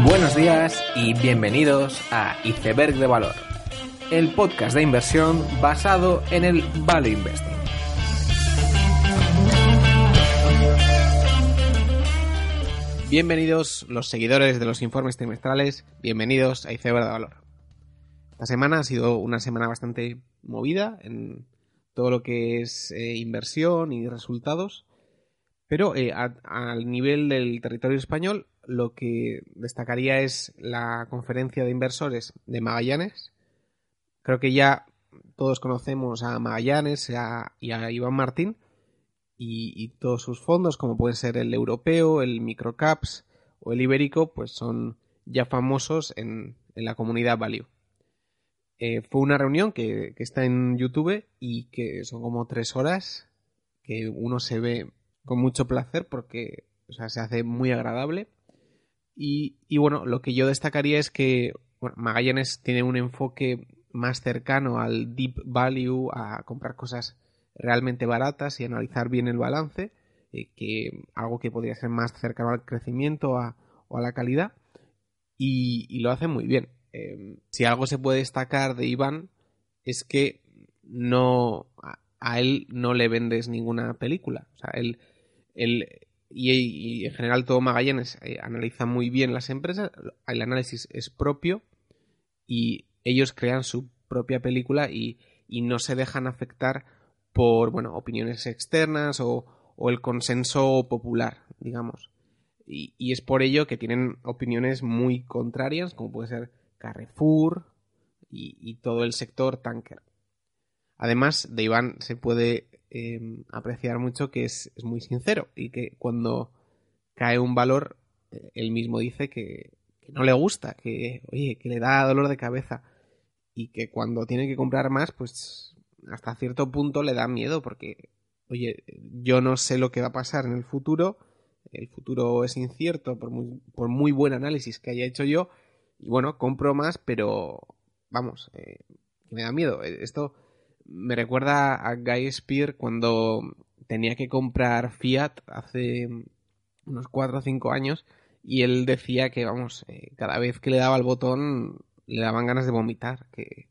Buenos días y bienvenidos a Iceberg de Valor, el podcast de inversión basado en el Value Investing. Bienvenidos los seguidores de los informes trimestrales, bienvenidos a Iceberg de Valor. Esta semana ha sido una semana bastante movida en todo lo que es inversión y resultados, pero al nivel del territorio español lo que destacaría es la conferencia de inversores de Magallanes. Creo que ya todos conocemos a Magallanes y a Iván Martín y todos sus fondos, como pueden ser el europeo, el microcaps o el ibérico, pues son ya famosos en la comunidad Value. Fue una reunión que está en YouTube y que son como 3 horas que uno se ve con mucho placer porque se hace muy agradable. Y bueno, lo que yo destacaría es que Magallanes tiene un enfoque más cercano al deep value, a comprar cosas realmente baratas y analizar bien el balance, que algo que podría ser más cercano al crecimiento o a la calidad, y lo hace muy bien. Si algo se puede destacar de Iván es que a él no le vendes ninguna película. O sea, él y en general todo Magallanes analiza muy bien las empresas, el análisis es propio y ellos crean su propia película y no se dejan afectar por opiniones externas o el consenso popular, digamos. Y es por ello que tienen opiniones muy contrarias, como puede ser Carrefour y todo el sector tanker. Además, de Iván se puede apreciar mucho que es muy sincero y que cuando cae un valor, él mismo dice que no le gusta, que le da dolor de cabeza y que cuando tiene que comprar más, pues hasta cierto punto le da miedo porque, yo no sé lo que va a pasar en el futuro es incierto por muy buen análisis que haya hecho yo y compro más, pero vamos, me da miedo. Esto me recuerda a Guy Spear cuando tenía que comprar Fiat hace unos 4 o 5 años y él decía que, cada vez que le daba el botón le daban ganas de vomitar, que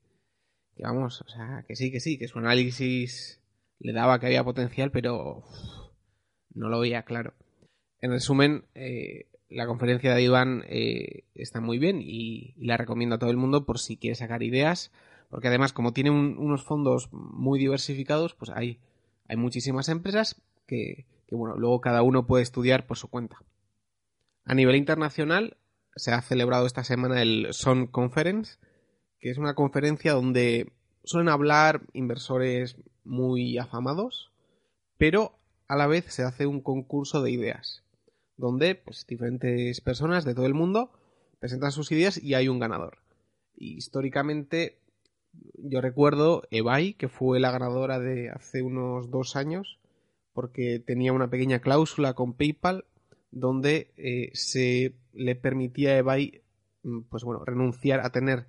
sí, que su análisis le daba que había potencial, pero no lo veía claro. En resumen, la conferencia de Iván está muy bien y la recomiendo a todo el mundo por si quiere sacar ideas, porque además como tiene unos fondos muy diversificados, pues hay muchísimas empresas que luego cada uno puede estudiar por su cuenta. A nivel internacional se ha celebrado esta semana el Son Conference, que es una conferencia donde suelen hablar inversores muy afamados, pero a la vez se hace un concurso de ideas, donde pues diferentes personas de todo el mundo presentan sus ideas y hay un ganador. Y históricamente yo recuerdo eBay, que fue la ganadora de hace unos 2 años, porque tenía una pequeña cláusula con PayPal donde se le permitía a eBay renunciar a tener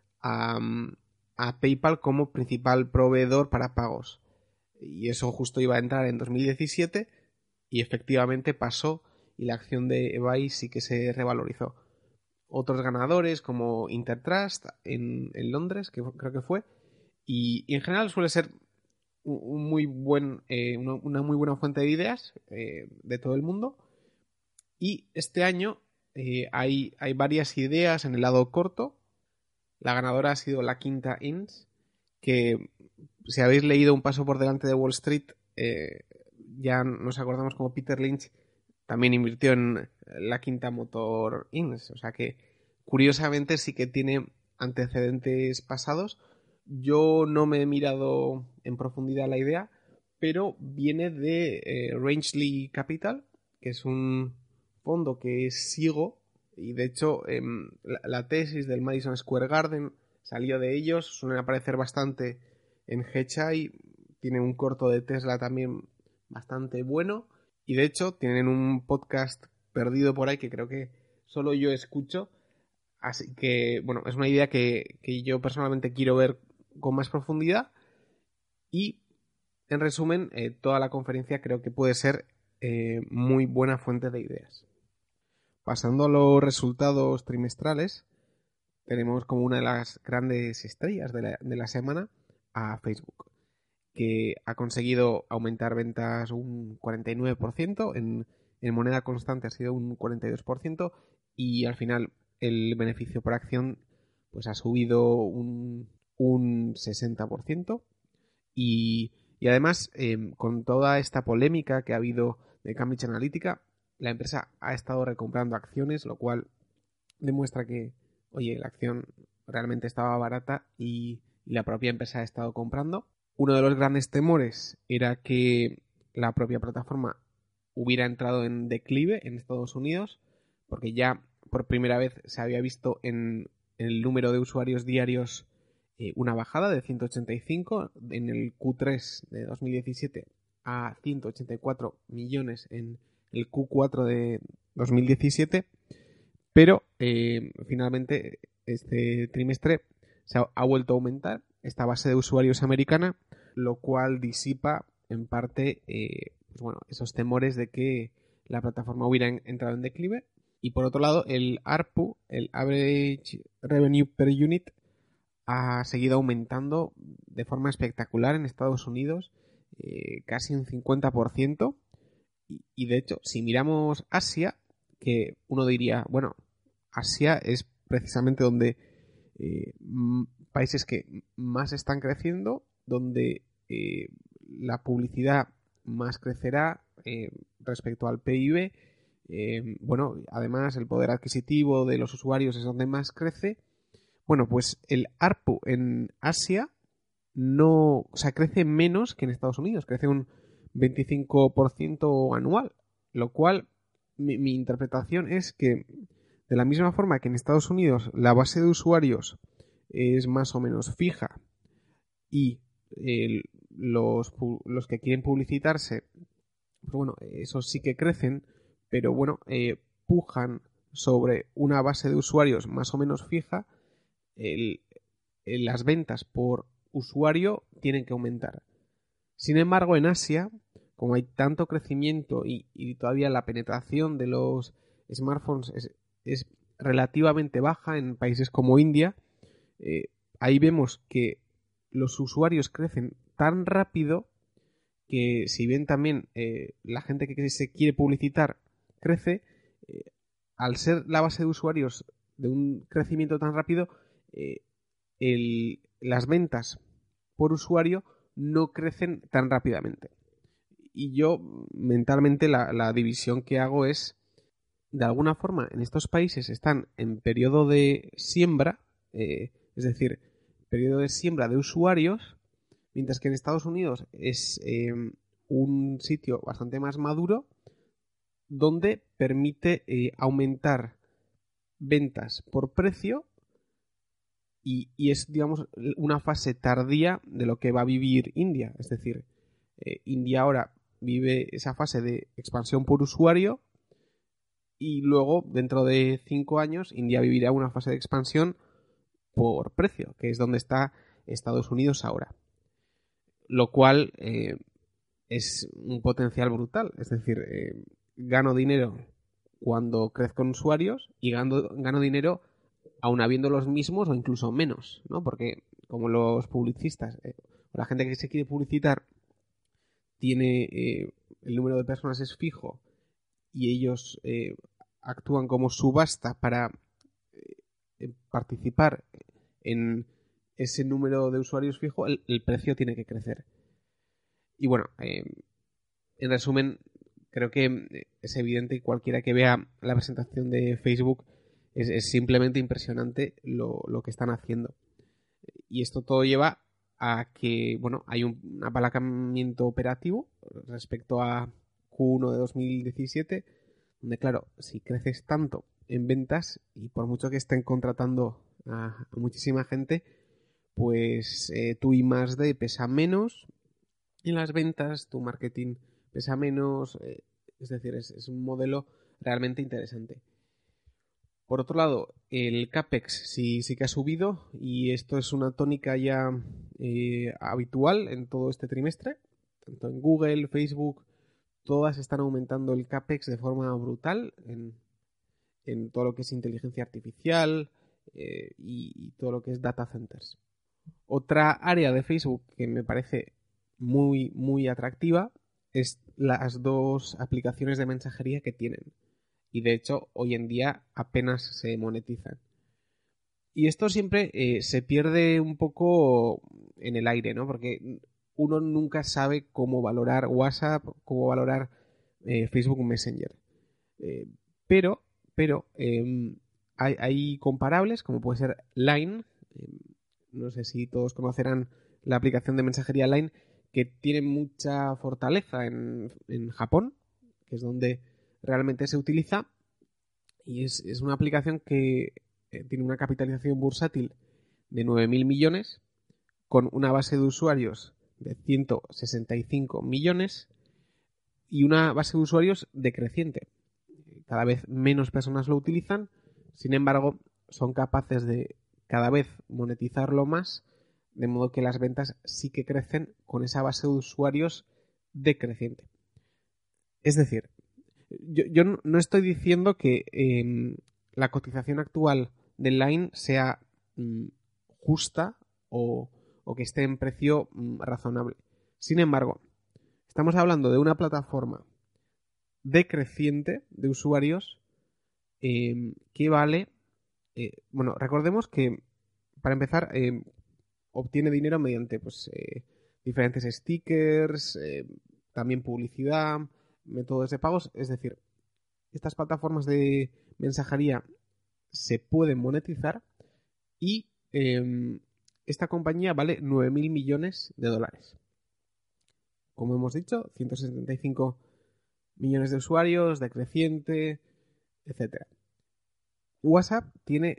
a PayPal como principal proveedor para pagos. Y eso justo iba a entrar en 2017 y efectivamente pasó y la acción de eBay sí que se revalorizó. Otros ganadores como Intertrust en Londres, que creo que fue, y en general suele ser una muy buena fuente de ideas de todo el mundo. Y este año hay varias ideas en el lado corto. La ganadora ha sido la Quinta Inns, que si habéis leído Un paso por delante de Wall Street, ya nos acordamos como Peter Lynch también invirtió en la Quinta Motor Inns, o sea que curiosamente sí que tiene antecedentes pasados. Yo no me he mirado en profundidad la idea, pero viene de Rangeley Capital, que es un fondo que sigo y de hecho la tesis del Madison Square Garden salió de ellos, suelen aparecer bastante en HI, tiene un corto de Tesla también bastante bueno y de hecho tienen un podcast perdido por ahí que creo que solo yo escucho, así que es una idea que yo personalmente quiero ver con más profundidad y en resumen toda la conferencia creo que puede ser muy buena fuente de ideas. Pasando a los resultados trimestrales, tenemos como una de las grandes estrellas de la semana a Facebook, que ha conseguido aumentar ventas un 49%, en moneda constante ha sido un 42%, y al final el beneficio por acción pues ha subido un 60%. Y además, con toda esta polémica que ha habido de Cambridge Analytica, la empresa ha estado recomprando acciones, lo cual demuestra que, oye, la acción realmente estaba barata y la propia empresa ha estado comprando. Uno de los grandes temores era que la propia plataforma hubiera entrado en declive en Estados Unidos, porque ya por primera vez se había visto en el número de usuarios diarios una bajada de 185 en el Q3 de 2017 a 184 millones en el Q4 de 2017, pero finalmente este trimestre se ha vuelto a aumentar esta base de usuarios americana, lo cual disipa en parte pues bueno, esos temores de que la plataforma hubiera entrado en declive. Y por otro lado, el ARPU, el Average Revenue Per Unit, ha seguido aumentando de forma espectacular en Estados Unidos, casi un 50%. Y de hecho, si miramos Asia, que uno diría, bueno, Asia es precisamente donde países que más están creciendo, donde la publicidad más crecerá respecto al PIB. Bueno, además el poder adquisitivo de los usuarios es donde más crece. Bueno, pues el ARPU en Asia no, o sea, crece menos que en Estados Unidos, crece un 25% anual, lo cual mi interpretación es que de la misma forma que en Estados Unidos la base de usuarios es más o menos fija y los que quieren publicitarse, pues bueno, esos sí que crecen, pero bueno, pujan sobre una base de usuarios más o menos fija, las ventas por usuario tienen que aumentar. Sin embargo, en Asia, como hay tanto crecimiento y todavía la penetración de los smartphones es relativamente baja en países como India, ahí vemos que los usuarios crecen tan rápido que si bien también la gente que se quiere publicitar crece, al ser la base de usuarios de un crecimiento tan rápido, las ventas por usuario no crecen tan rápidamente. Y yo mentalmente la división que hago es, de alguna forma, en estos países están en periodo de siembra, es decir, periodo de siembra de usuarios, mientras que en Estados Unidos es un sitio bastante más maduro donde permite aumentar ventas por precio y es, digamos, una fase tardía de lo que va a vivir India. Es decir, India ahora vive esa fase de expansión por usuario y luego, dentro de 5 años, India vivirá una fase de expansión por precio, que es donde está Estados Unidos ahora. Lo cual es un potencial brutal. Es decir, gano dinero cuando crezco en usuarios y gano dinero aun habiendo los mismos o incluso menos, ¿no? Porque como los publicistas o la gente que se quiere publicitar tiene el número de personas es fijo y ellos actúan como subasta para participar en ese número de usuarios fijo, el precio tiene que crecer. Y bueno, en resumen, creo que es evidente y cualquiera que vea la presentación de Facebook es simplemente impresionante lo que están haciendo. Y esto todo lleva a que, bueno, hay un apalancamiento operativo respecto a Q1 de 2017, donde, claro, si creces tanto en ventas y por mucho que estén contratando a muchísima gente, pues tu I+D pesa menos en las ventas, tu marketing pesa menos, es decir, es un modelo realmente interesante. Por otro lado, el CAPEX sí que ha subido y esto es una tónica ya habitual en todo este trimestre. Tanto en Google, Facebook, todas están aumentando el CAPEX de forma brutal. en todo lo que es inteligencia artificial y todo lo que es data centers. Otra área de Facebook que me parece muy, muy atractiva es las dos aplicaciones de mensajería que tienen. Y de hecho, hoy en día apenas se monetizan. Y esto siempre se pierde un poco en el aire, ¿no? Porque uno nunca sabe cómo valorar WhatsApp, cómo valorar Facebook Messenger. Eh, pero hay comparables, como puede ser Line. No sé si todos conocerán la aplicación de mensajería Line, que tiene mucha fortaleza en Japón, que es donde realmente se utiliza. Y es una aplicación que tiene una capitalización bursátil de 9.000 millones, con una base de usuarios de 165 millones y una base de usuarios decreciente. Cada vez menos personas lo utilizan, sin embargo, son capaces de cada vez monetizarlo más, de modo que las ventas sí que crecen con esa base de usuarios decreciente. Es decir, yo no estoy diciendo que la cotización actual de Line sea justa o que esté en precio razonable. Sin embargo, estamos hablando de una plataforma decreciente de usuarios que vale... bueno, recordemos que, para empezar, obtiene dinero mediante pues, diferentes stickers, también publicidad, métodos de pagos. Es decir, estas plataformas de mensajería se pueden monetizar y esta compañía vale 9.000 millones de dólares. Como hemos dicho, 175 millones de usuarios, decreciente, etc. WhatsApp tiene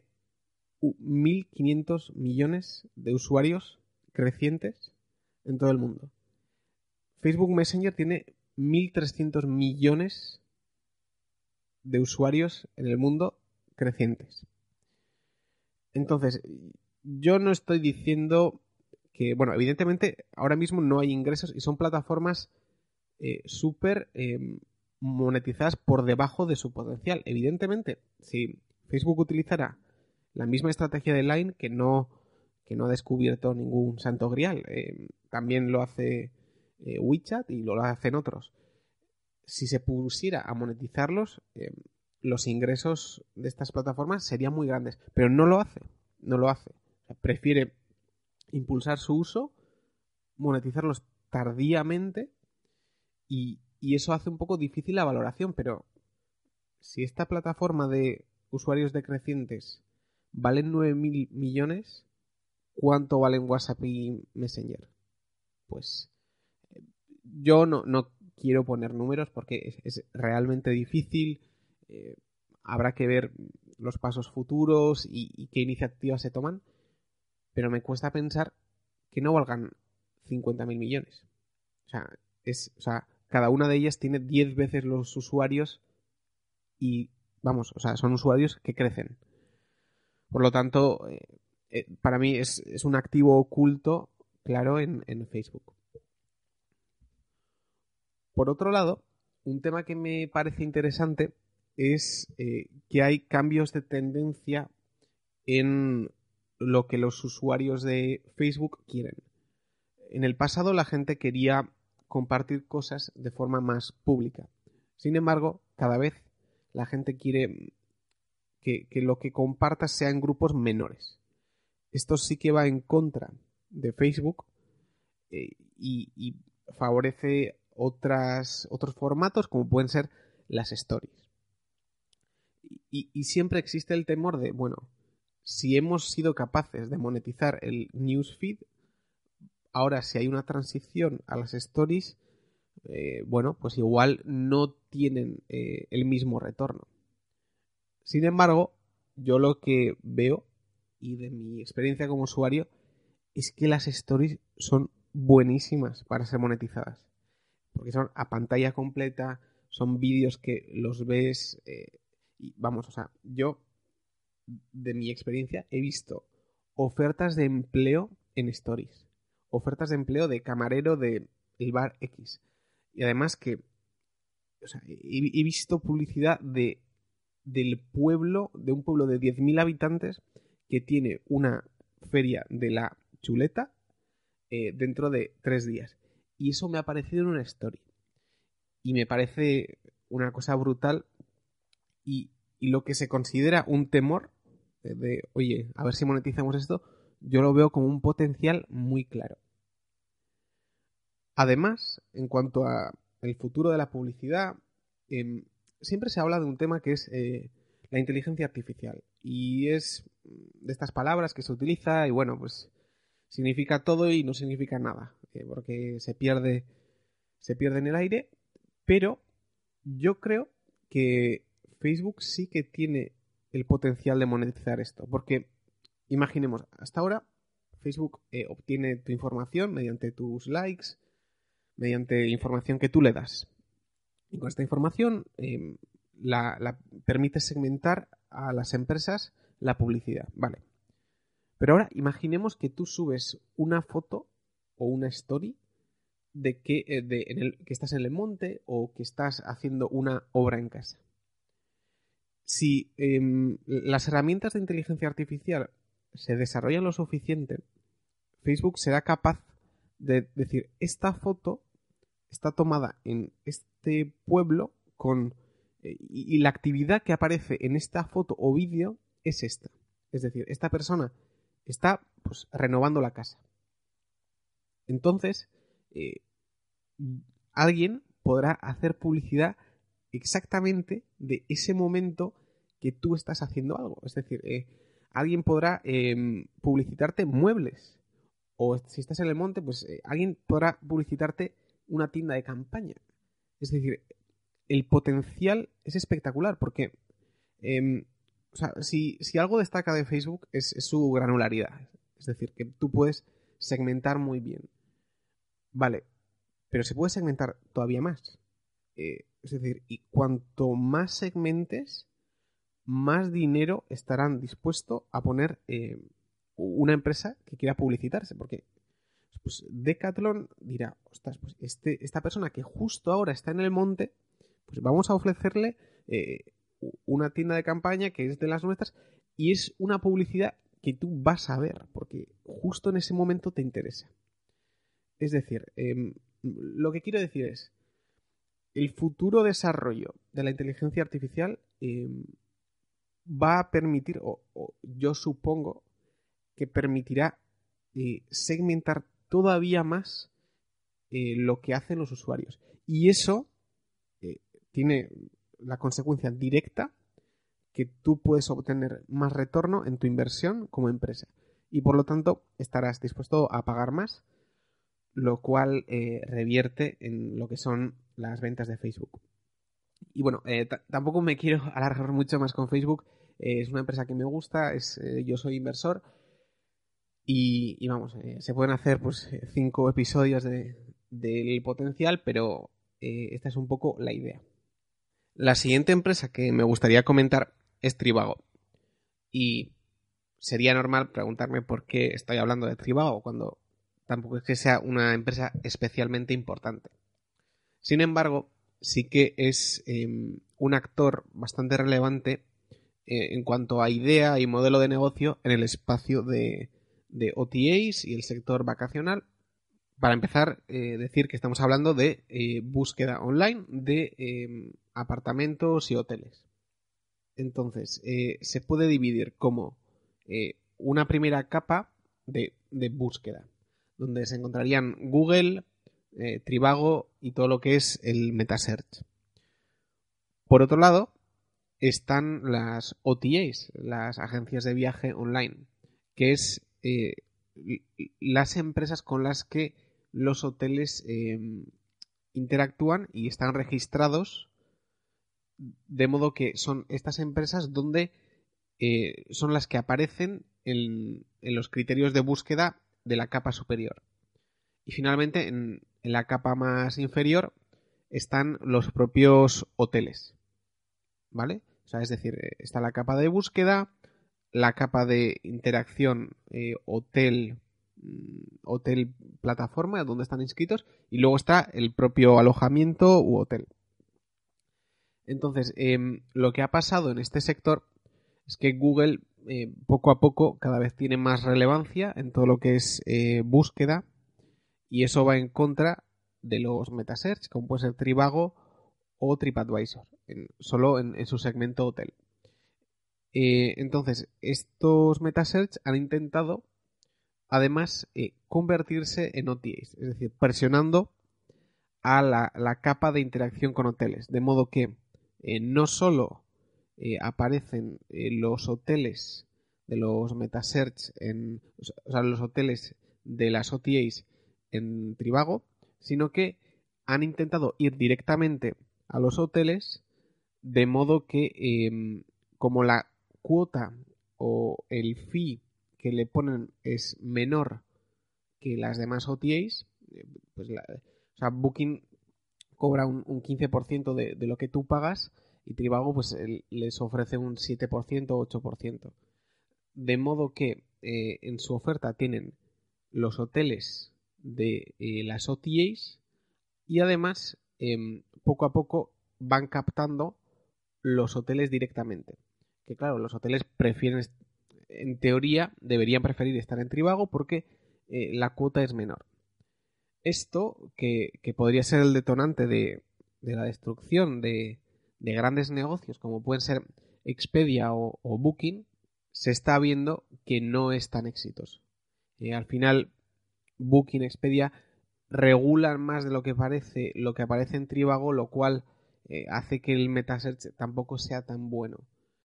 1.500 millones de usuarios crecientes en todo el mundo. Facebook Messenger tiene 1.300 millones de usuarios en el mundo crecientes. Entonces, yo no estoy diciendo que, bueno, evidentemente ahora mismo no hay ingresos y son plataformas súper monetizadas por debajo de su potencial. Evidentemente, si Facebook utilizara la misma estrategia de Line, que no ha descubierto ningún santo grial, también lo hace WeChat y lo hacen otros. Si se pusiera a monetizarlos, los ingresos de estas plataformas serían muy grandes, pero no lo hace. O sea, prefiere impulsar su uso, monetizarlos tardíamente y eso hace un poco difícil la valoración, pero si esta plataforma de usuarios decrecientes valen 9.000 millones, ¿cuánto valen WhatsApp y Messenger? Pues yo no quiero poner números porque es realmente difícil. Habrá que ver los pasos futuros y qué iniciativas se toman, pero me cuesta pensar que no valgan 50.000 millones. O sea, cada una de ellas tiene 10 veces los usuarios y, vamos, o sea, son usuarios que crecen. Por lo tanto, para mí es un activo oculto, claro, en Facebook. Por otro lado, un tema que me parece interesante es que hay cambios de tendencia en lo que los usuarios de Facebook quieren. En el pasado la gente quería compartir cosas de forma más pública. Sin embargo, cada vez la gente quiere que lo que compartas sea en grupos menores. Esto sí que va en contra de Facebook y favorece otros formatos como pueden ser las stories. Y siempre existe el temor de, bueno, si hemos sido capaces de monetizar el newsfeed, ahora si hay una transición a las stories, bueno, pues igual no tienen el mismo retorno. Sin embargo, yo lo que veo, y de mi experiencia como usuario, es que las stories son buenísimas para ser monetizadas. Porque son a pantalla completa, son vídeos que los ves... y vamos, o sea, yo, de mi experiencia, he visto ofertas de empleo en stories. Ofertas de empleo de camarero de el bar X. Y además que, o sea, he visto publicidad de de un pueblo de 10.000 habitantes que tiene una feria de la chuleta dentro de 3 días. Y eso me ha aparecido en una story. Y me parece una cosa brutal y lo que se considera un temor oye, a ver si monetizamos esto, yo lo veo como un potencial muy claro. Además, en cuanto a el futuro de la publicidad, siempre se habla de un tema que es la inteligencia artificial. Y es de estas palabras que se utiliza y bueno, pues significa todo y no significa nada, porque se pierde en el aire, pero yo creo que Facebook sí que tiene el potencial de monetizar esto, porque imaginemos, hasta ahora Facebook obtiene tu información mediante tus likes, mediante información que tú le das. Y con esta información la permite segmentar a las empresas la publicidad. Vale. Pero ahora imaginemos que tú subes una foto o una story de que, que estás en el monte o que estás haciendo una obra en casa. Si las herramientas de inteligencia artificial se desarrollan lo suficiente, Facebook será capaz de decir, esta foto está tomada en este pueblo y la actividad que aparece en esta foto o vídeo es esta. Es decir, esta persona está pues renovando la casa. Entonces, alguien podrá hacer publicidad exactamente de ese momento que tú estás haciendo algo. Es decir, alguien podrá publicitarte muebles. O si estás en el monte, pues alguien podrá publicitarte una tienda de campaña. Es decir, el potencial es espectacular porque o sea, si algo destaca de Facebook es su granularidad. Es decir, que tú puedes segmentar muy bien. Vale, pero se puede segmentar todavía más. Es decir, y cuanto más segmentes, más dinero estarán dispuestos a poner una empresa que quiera publicitarse. Porque pues Decathlon dirá, ostras, pues esta persona que justo ahora está en el monte, pues vamos a ofrecerle una tienda de campaña que es de las nuestras y es una publicidad que tú vas a ver porque justo en ese momento te interesa. Es decir, lo que quiero decir es, el futuro desarrollo de la inteligencia artificial va a permitir, o yo supongo que permitirá segmentar todavía más lo que hacen los usuarios. Y eso tiene la consecuencia directa que tú puedes obtener más retorno en tu inversión como empresa. Y por lo tanto estarás dispuesto a pagar más, lo cual revierte en lo que son las ventas de Facebook. Y bueno, tampoco me quiero alargar mucho más con Facebook. Es una empresa que me gusta, yo soy inversor y vamos, se pueden hacer pues 5 episodios del potencial, pero esta es un poco la idea. La siguiente empresa que me gustaría comentar es Trivago. Y sería normal preguntarme por qué estoy hablando de Trivago cuando tampoco es que sea una empresa especialmente importante. Sin embargo, sí que es un actor bastante relevante en cuanto a idea y modelo de negocio en el espacio de OTAs y el sector vacacional. Para empezar, decir que estamos hablando de búsqueda online de apartamentos y hoteles. Entonces, se puede dividir como una primera capa de búsqueda, donde se encontrarían Google, Trivago y todo lo que es el metasearch. Por otro lado, están las OTAs, las agencias de viaje online, que es las empresas con las que los hoteles interactúan y están registrados, de modo que son estas empresas donde son las que aparecen en los criterios de búsqueda de la capa superior. Y finalmente, en la capa más inferior están los propios hoteles, ¿vale? O sea, es decir, está la capa de búsqueda, la capa de interacción hotel plataforma donde están inscritos y luego está el propio alojamiento u hotel. Entonces, lo que ha pasado en este sector es que Google poco a poco cada vez tiene más relevancia en todo lo que es búsqueda, y eso va en contra de los metasearch, como puede ser Trivago o TripAdvisor, solo en su segmento hotel. Entonces, estos metasearch han intentado además convertirse en OTAs, es decir, presionando a la capa de interacción con hoteles, de modo que no solo aparecen los hoteles de los metasearch o sea, los hoteles de las OTAs en Trivago, sino que han intentado ir directamente a los hoteles, de modo que como la cuota o el fee que le ponen es menor que las demás OTAs, pues o sea, Booking cobra un 15% de lo que tú pagas, y Trivago pues les ofrece un 7% o 8%. De modo que en su oferta tienen los hoteles de las OTAs, y además poco a poco van captando los hoteles directamente. Que claro, los hoteles prefieren, en teoría, deberían preferir estar en Trivago porque la cuota es menor. Esto, que podría ser el detonante de la destrucción de grandes negocios como pueden ser Expedia o Booking, se está viendo que no es tan exitoso. Al final, Booking, Expedia regulan más de lo que aparece en Trivago, lo cual hace que el metasearch tampoco sea tan bueno.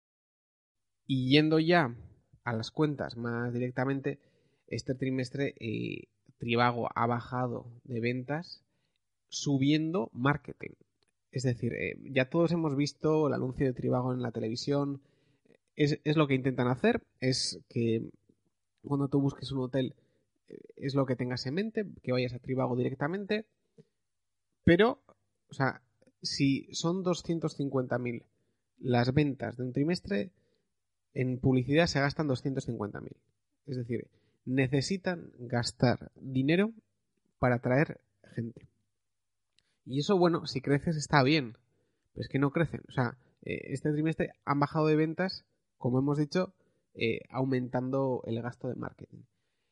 Y yendo ya a las cuentas más directamente, este trimestre Trivago ha bajado de ventas subiendo marketing. Es decir, ya todos hemos visto el anuncio de Trivago en la televisión. Es lo que intentan hacer, es que cuando tú busques un hotel es lo que tengas en mente, que vayas a Trivago directamente. Pero, o sea, si son 250.000 las ventas de un trimestre, en publicidad se gastan 250.000. Es decir, necesitan gastar dinero para atraer gente. Y eso, bueno, si creces está bien, pero es que no crecen. O sea, este trimestre han bajado de ventas, como hemos dicho, aumentando el gasto de marketing.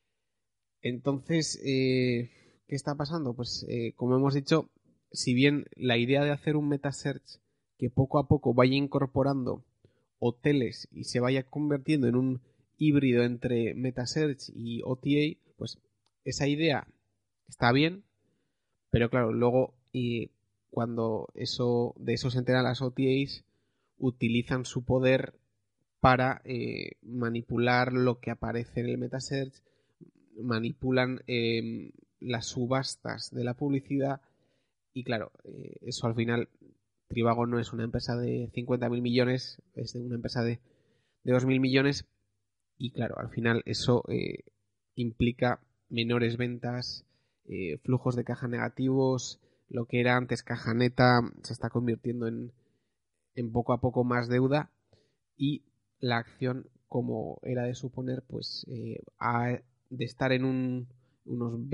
Entonces, ¿qué está pasando? Pues, como hemos dicho, si bien la idea de hacer un metasearch que poco a poco vaya incorporando hoteles y se vaya convirtiendo en un híbrido entre metasearch y OTA, pues esa idea está bien, pero claro, luego cuando de eso se enteran las OTAs, utilizan su poder para manipular lo que aparece en el metasearch, manipulan las subastas de la publicidad, y claro, eso al final, Trivago no es una empresa de 50.000 millones, es una empresa de 2.000 millones, y claro, al final eso implica menores ventas, flujos de caja negativos, lo que era antes caja neta se está convirtiendo en poco a poco más deuda, y la acción, como era de suponer, pues de estar en unos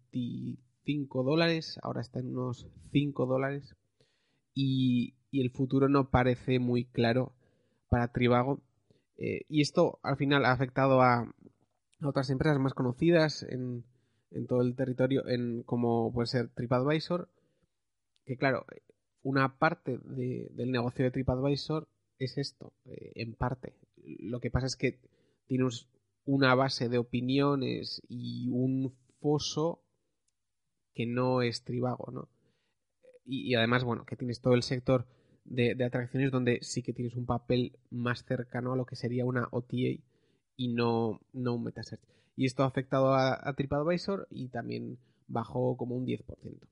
25 dólares, ahora está en unos 5 dólares, y el futuro no parece muy claro para Trivago. Y esto al final ha afectado a otras empresas más conocidas en todo el territorio, como puede ser TripAdvisor, que claro, una parte del negocio de TripAdvisor es esto, en parte. Lo que pasa es que tienes una base de opiniones y un foso que no es Trivago, ¿no? Y además, bueno, que tienes todo el sector de atracciones donde sí que tienes un papel más cercano a lo que sería una OTA y no un metasearch. Y esto ha afectado a TripAdvisor y también bajó como un 10%.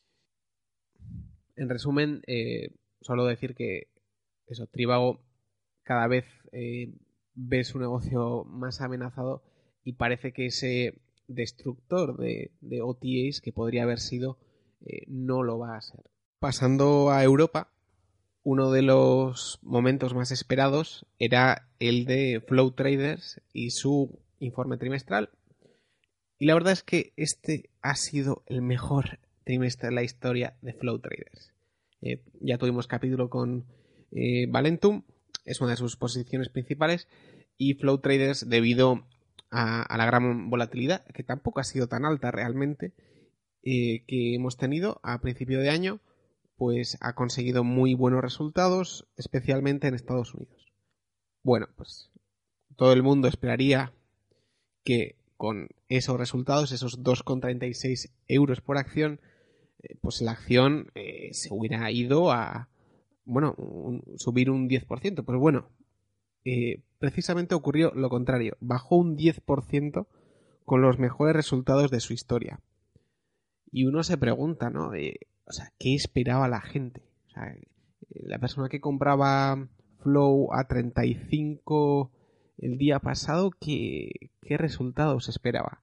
En resumen, solo decir que eso, Trivago cada vez ve su negocio más amenazado, y parece que ese destructor de OTAs que podría haber sido no lo va a ser. Pasando a Europa, uno de los momentos más esperados era el de Flow Traders y su informe trimestral. Y la verdad es que este ha sido el mejor trimestre de la historia de Flow Traders. Ya tuvimos capítulo con Valentum, es una de sus posiciones principales, y Flow Traders, debido a la gran volatilidad, que tampoco ha sido tan alta realmente, que hemos tenido a principio de año, pues ha conseguido muy buenos resultados, especialmente en Estados Unidos. Bueno, pues todo el mundo esperaría que con esos resultados, esos 2,36 euros por acción, pues la acción se hubiera ido a, bueno, subir un 10%. Pues bueno, precisamente ocurrió lo contrario. Bajó un 10% con los mejores resultados de su historia. Y uno se pregunta, ¿no? O sea, ¿qué esperaba la gente? O sea, la persona que compraba Flow a 35 el día pasado, ¿qué resultados esperaba?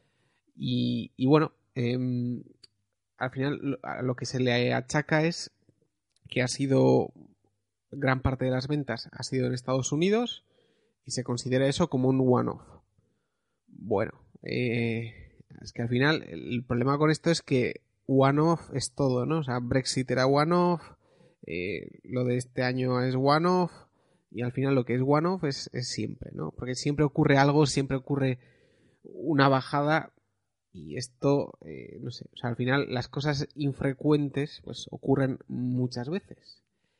Y bueno, al final lo que se le achaca es que ha sido gran parte de las ventas ha sido en Estados Unidos y se considera eso como un one-off. Bueno, es que al final el problema con esto es que one-off es todo, ¿no? O sea, Brexit era one-off, lo de este año es one-off, y al final lo que es one-off es siempre, ¿no? Porque siempre ocurre algo, siempre ocurre una bajada, y esto, no sé, o sea, al final las cosas infrecuentes pues ocurren muchas veces.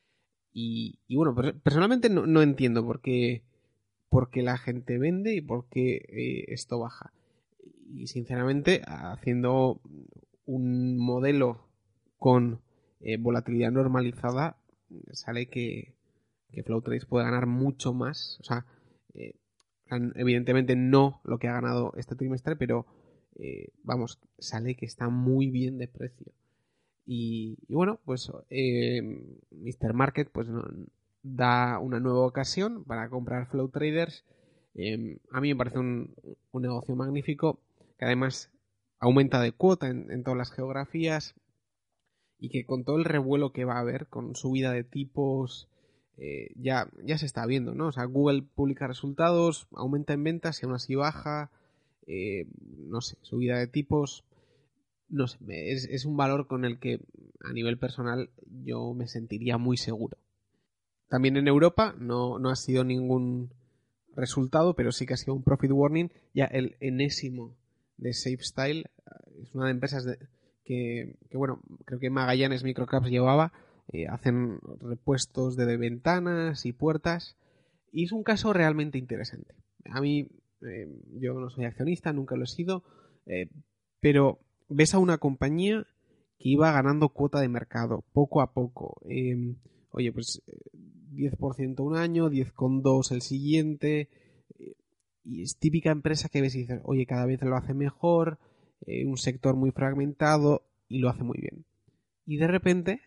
Y bueno, personalmente no entiendo por qué la gente vende y por qué esto baja. Y sinceramente, haciendo un modelo con volatilidad normalizada, sale que Flow Trades puede ganar mucho más. O sea, eh, evidentemente no lo que ha ganado este trimestre, pero vamos, sale que está muy bien de precio. Y bueno, pues Mr. Market pues da una nueva ocasión para comprar Flow Traders. A mí me parece un negocio magnífico, que además aumenta de cuota en todas las geografías, y que con todo el revuelo que va a haber, con subida de tipos, ya se está viendo, ¿no? O sea, Google publica resultados, aumenta en ventas y aún así baja, no sé, subida de tipos, no sé, es un valor con el que a nivel personal yo me sentiría muy seguro. También en Europa no ha sido ningún resultado, pero sí que ha sido un profit warning, ya el enésimo de SafeStyle. Es una de empresas que bueno, creo que Magallanes Microcaps llevaba, hacen repuestos de ventanas y puertas, y es un caso realmente interesante. A mí, yo no soy accionista, nunca lo he sido, pero ves a una compañía que iba ganando cuota de mercado poco a poco. Oye, pues 10% un año, 10,2 el siguiente. Y es típica empresa que ves y dices, oye, cada vez lo hace mejor, un sector muy fragmentado y lo hace muy bien. Y de repente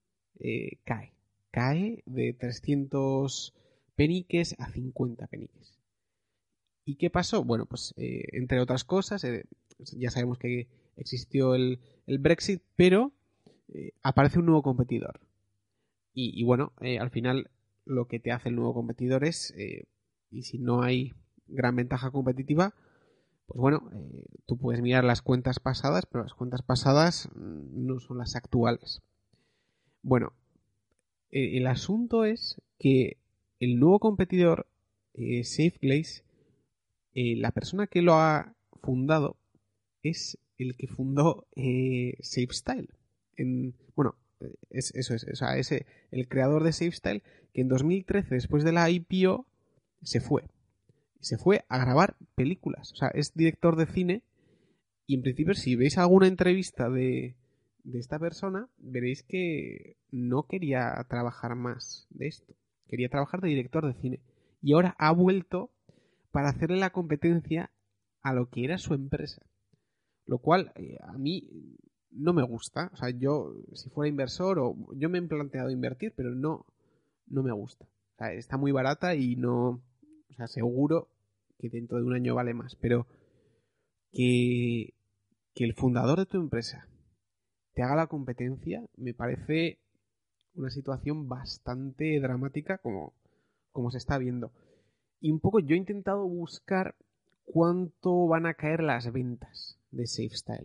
cae de 300 peniques a 50 peniques. ¿Y qué pasó? Bueno, pues entre otras cosas, ya sabemos que existió el Brexit, pero aparece un nuevo competidor. Y bueno, al final lo que te hace el nuevo competidor es, y si no hay gran ventaja competitiva, pues bueno, tú puedes mirar las cuentas pasadas, pero las cuentas pasadas no son las actuales. Bueno, el asunto es que el nuevo competidor, SafeGlaze, la persona que lo ha fundado es el que fundó SafeStyle. Bueno, eso es. O sea, es el creador de SafeStyle, que en 2013, después de la IPO, se fue. Se fue a grabar películas. O sea, es director de cine. Y en principio, si veis alguna entrevista de esta persona, veréis que no quería trabajar más de esto. Quería trabajar de director de cine. Y ahora ha vuelto para hacerle la competencia a lo que era su empresa. Lo cual a mí no me gusta. O sea, yo, si fuera inversor, yo me he planteado invertir, pero no me gusta. O sea, está muy barata y no. O sea, seguro que dentro de un año vale más. Pero que el fundador de tu empresa te haga la competencia me parece una situación bastante dramática, como se está viendo. Y un poco yo he intentado buscar cuánto van a caer las ventas de SafeStyle.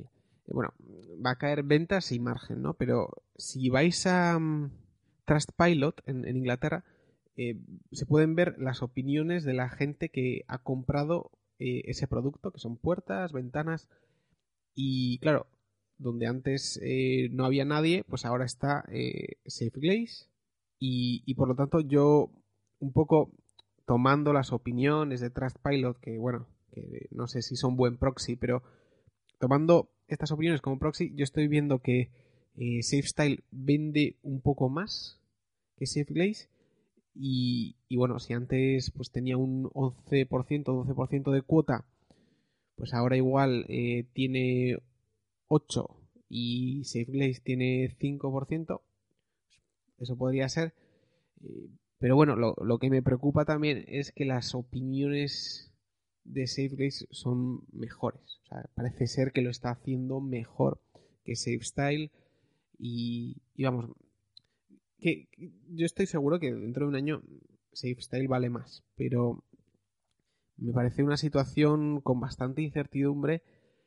bueno, va a caer ventas y margen, ¿no? Pero si vais a Trustpilot en Inglaterra, se pueden ver las opiniones de la gente que ha comprado ese producto, que son puertas, ventanas, y claro, donde antes no había nadie, pues ahora está Safeglaze, y por lo tanto yo un poco tomando las opiniones de Trustpilot, que bueno, que no sé si son buen proxy, pero tomando estas opiniones como proxy, yo estoy viendo que SafeStyle vende un poco más que Safeglaze. Y bueno, si antes pues tenía un 11%, 12% de cuota, pues ahora igual tiene 8 y Safeglaze tiene 5%. Eso podría ser. Pero bueno, lo que me preocupa también es que las opiniones de Safeglaze son mejores. O sea, parece ser que lo está haciendo mejor que SafeStyle. Y vamos, que yo estoy seguro que dentro de un año SafeStyle vale más. Pero me parece una situación con bastante incertidumbre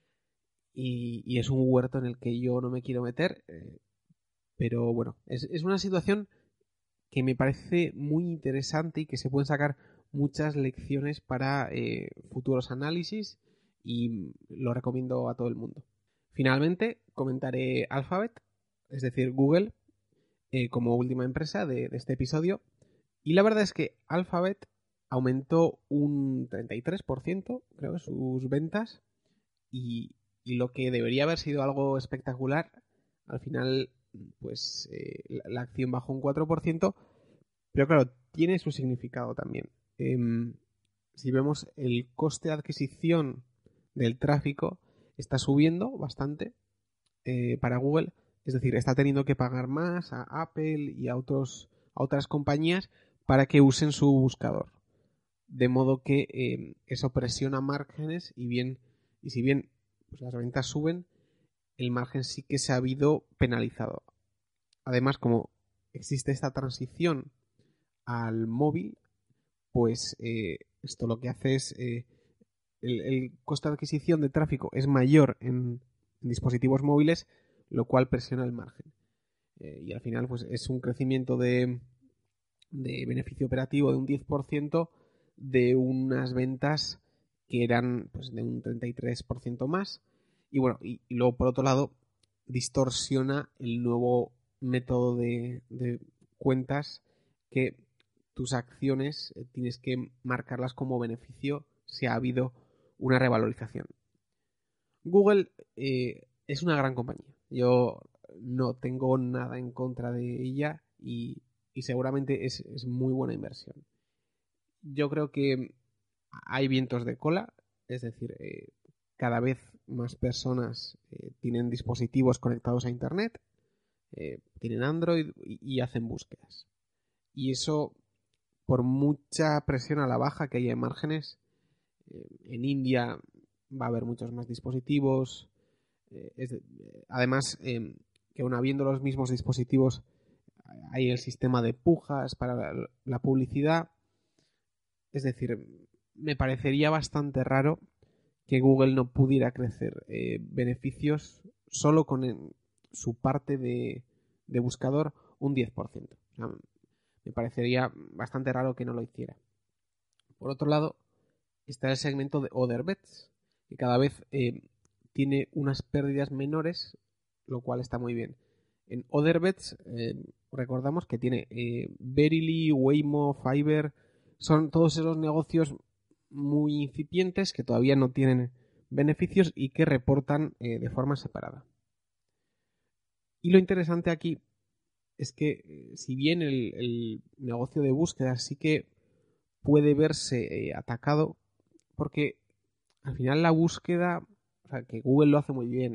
y es un huerto en el que yo no me quiero meter. Pero bueno, es una situación que me parece muy interesante y que se pueden sacar muchas lecciones para futuros análisis y lo recomiendo a todo el mundo. Finalmente, comentaré Alphabet, es decir, Google, como última empresa de este episodio. Y la verdad es que Alphabet aumentó un 33%, creo, sus ventas y lo que debería haber sido algo espectacular, al final, pues la acción bajó un 4%. Pero claro, tiene su significado también. Si vemos el coste de adquisición del tráfico está subiendo bastante para Google, es decir, está teniendo que pagar más a Apple y a otras compañías para que usen su buscador. De modo que eso presiona márgenes y si bien pues las ventas suben, el margen sí que se ha habido penalizado. Además, como existe esta transición al móvil, pues esto lo que hace es el coste de adquisición de tráfico es mayor en dispositivos móviles, lo cual presiona el margen. Y al final pues es un crecimiento de beneficio operativo de un 10% de unas ventas que eran pues de un 33% más. Y bueno, y luego por otro lado distorsiona el nuevo método de cuentas que tus acciones tienes que marcarlas como beneficio si ha habido una revalorización. Google es una gran compañía. Yo no tengo nada en contra de ella y seguramente es muy buena inversión. Yo creo que hay vientos de cola, es decir, cada vez más personas tienen dispositivos conectados a Internet, tienen Android y hacen búsquedas. Y eso, por mucha presión a la baja que haya en márgenes, en India va a haber muchos más dispositivos. Además, que aun habiendo los mismos dispositivos, hay el sistema de pujas para la publicidad. Es decir, me parecería bastante raro que Google no pudiera crecer beneficios solo con su parte de buscador un 10%. O sea, me parecería bastante raro que no lo hiciera. Por otro lado, está el segmento de Other Bets, que cada vez tiene unas pérdidas menores, lo cual está muy bien. En Other Bets recordamos que tiene Verily, Waymo, Fiverr, son todos esos negocios muy incipientes que todavía no tienen beneficios y que reportan de forma separada. Y lo interesante aquí es que si bien el negocio de búsqueda sí que puede verse atacado, porque al final la búsqueda, o sea, que Google lo hace muy bien,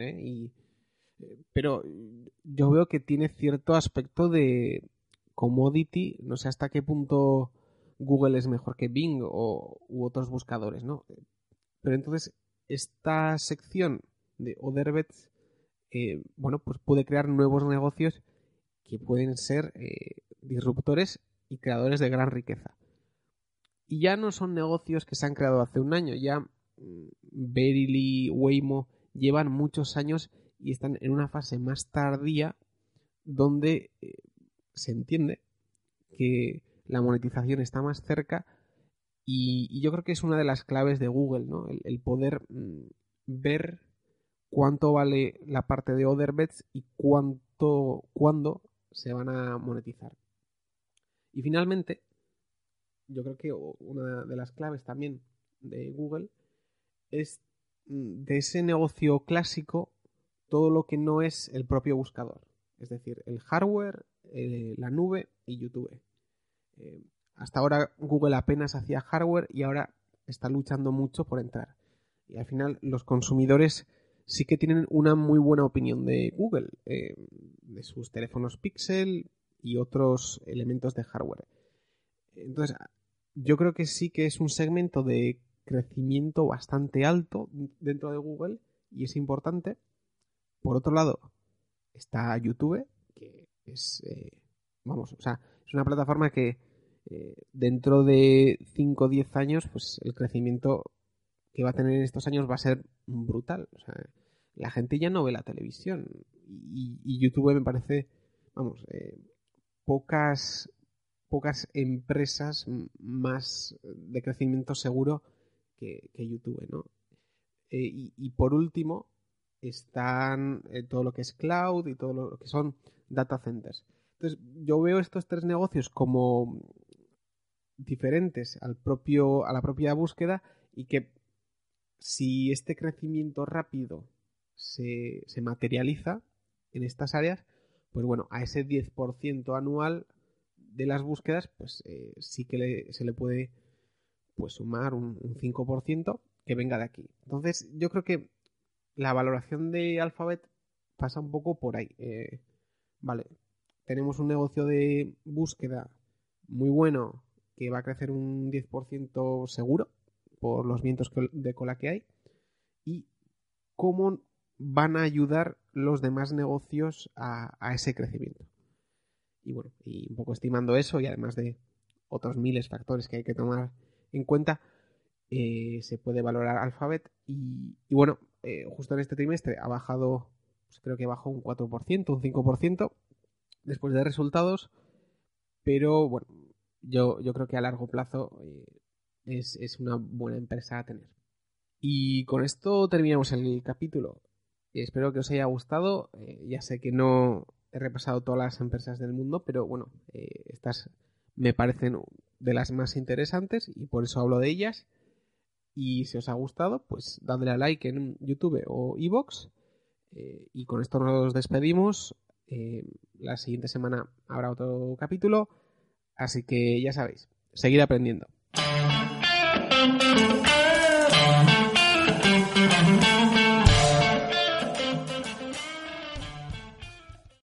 pero yo veo que tiene cierto aspecto de commodity, no sé hasta qué punto Google es mejor que Bing u otros buscadores, ¿no? Pero entonces esta sección de Other Bets, bueno, pues puede crear nuevos negocios que pueden ser disruptores y creadores de gran riqueza. Y ya no son negocios que se han creado hace un año, ya Verily, Waymo llevan muchos años y están en una fase más tardía donde se entiende que la monetización está más cerca y yo creo que es una de las claves de Google, ¿no? El poder ver cuánto vale la parte de Other Bets y cuándo se van a monetizar. Y finalmente, yo creo que una de las claves también de Google es de ese negocio clásico todo lo que no es el propio buscador. Es decir, el hardware, la nube y YouTube. Hasta ahora Google apenas hacía hardware y ahora está luchando mucho por entrar. Y al final los consumidores sí que tienen una muy buena opinión de Google, de sus teléfonos Pixel y otros elementos de hardware. Entonces, yo creo que sí que es un segmento de crecimiento bastante alto dentro de Google y es importante. Por otro lado, está YouTube, que es, es una plataforma que dentro de 5 o 10 años, pues el crecimiento que va a tener en estos años va a ser brutal. O sea, la gente ya no ve la televisión y YouTube me parece, pocas empresas más de crecimiento seguro que YouTube, ¿no? Y por último están todo lo que es cloud y todo lo que son data centers. Entonces yo veo estos tres negocios como diferentes a la propia búsqueda y que si este crecimiento rápido se materializa en estas áreas, pues bueno, a ese 10% anual de las búsquedas, pues sí que se le puede pues sumar un 5% que venga de aquí. Entonces yo creo que la valoración de Alphabet pasa un poco por ahí. Vale, tenemos un negocio de búsqueda muy bueno que va a crecer un 10% seguro por los vientos de cola que hay y cómo van a ayudar los demás negocios a ese crecimiento. Y bueno, y un poco estimando eso y además de otros miles de factores que hay que tomar en cuenta, se puede valorar Alphabet y bueno, justo en este trimestre ha bajado, pues creo que bajó un 4%, un 5% después de resultados, pero bueno, yo creo que a largo plazo es una buena empresa a tener. Y con esto terminamos el capítulo. Espero que os haya gustado. Ya sé que no he repasado todas las empresas del mundo, pero bueno, estas me parecen de las más interesantes y por eso hablo de ellas. Y si os ha gustado, pues dadle a like en YouTube o iVoox. Y con esto nos despedimos. La siguiente semana habrá otro capítulo. Así que ya sabéis, seguid aprendiendo.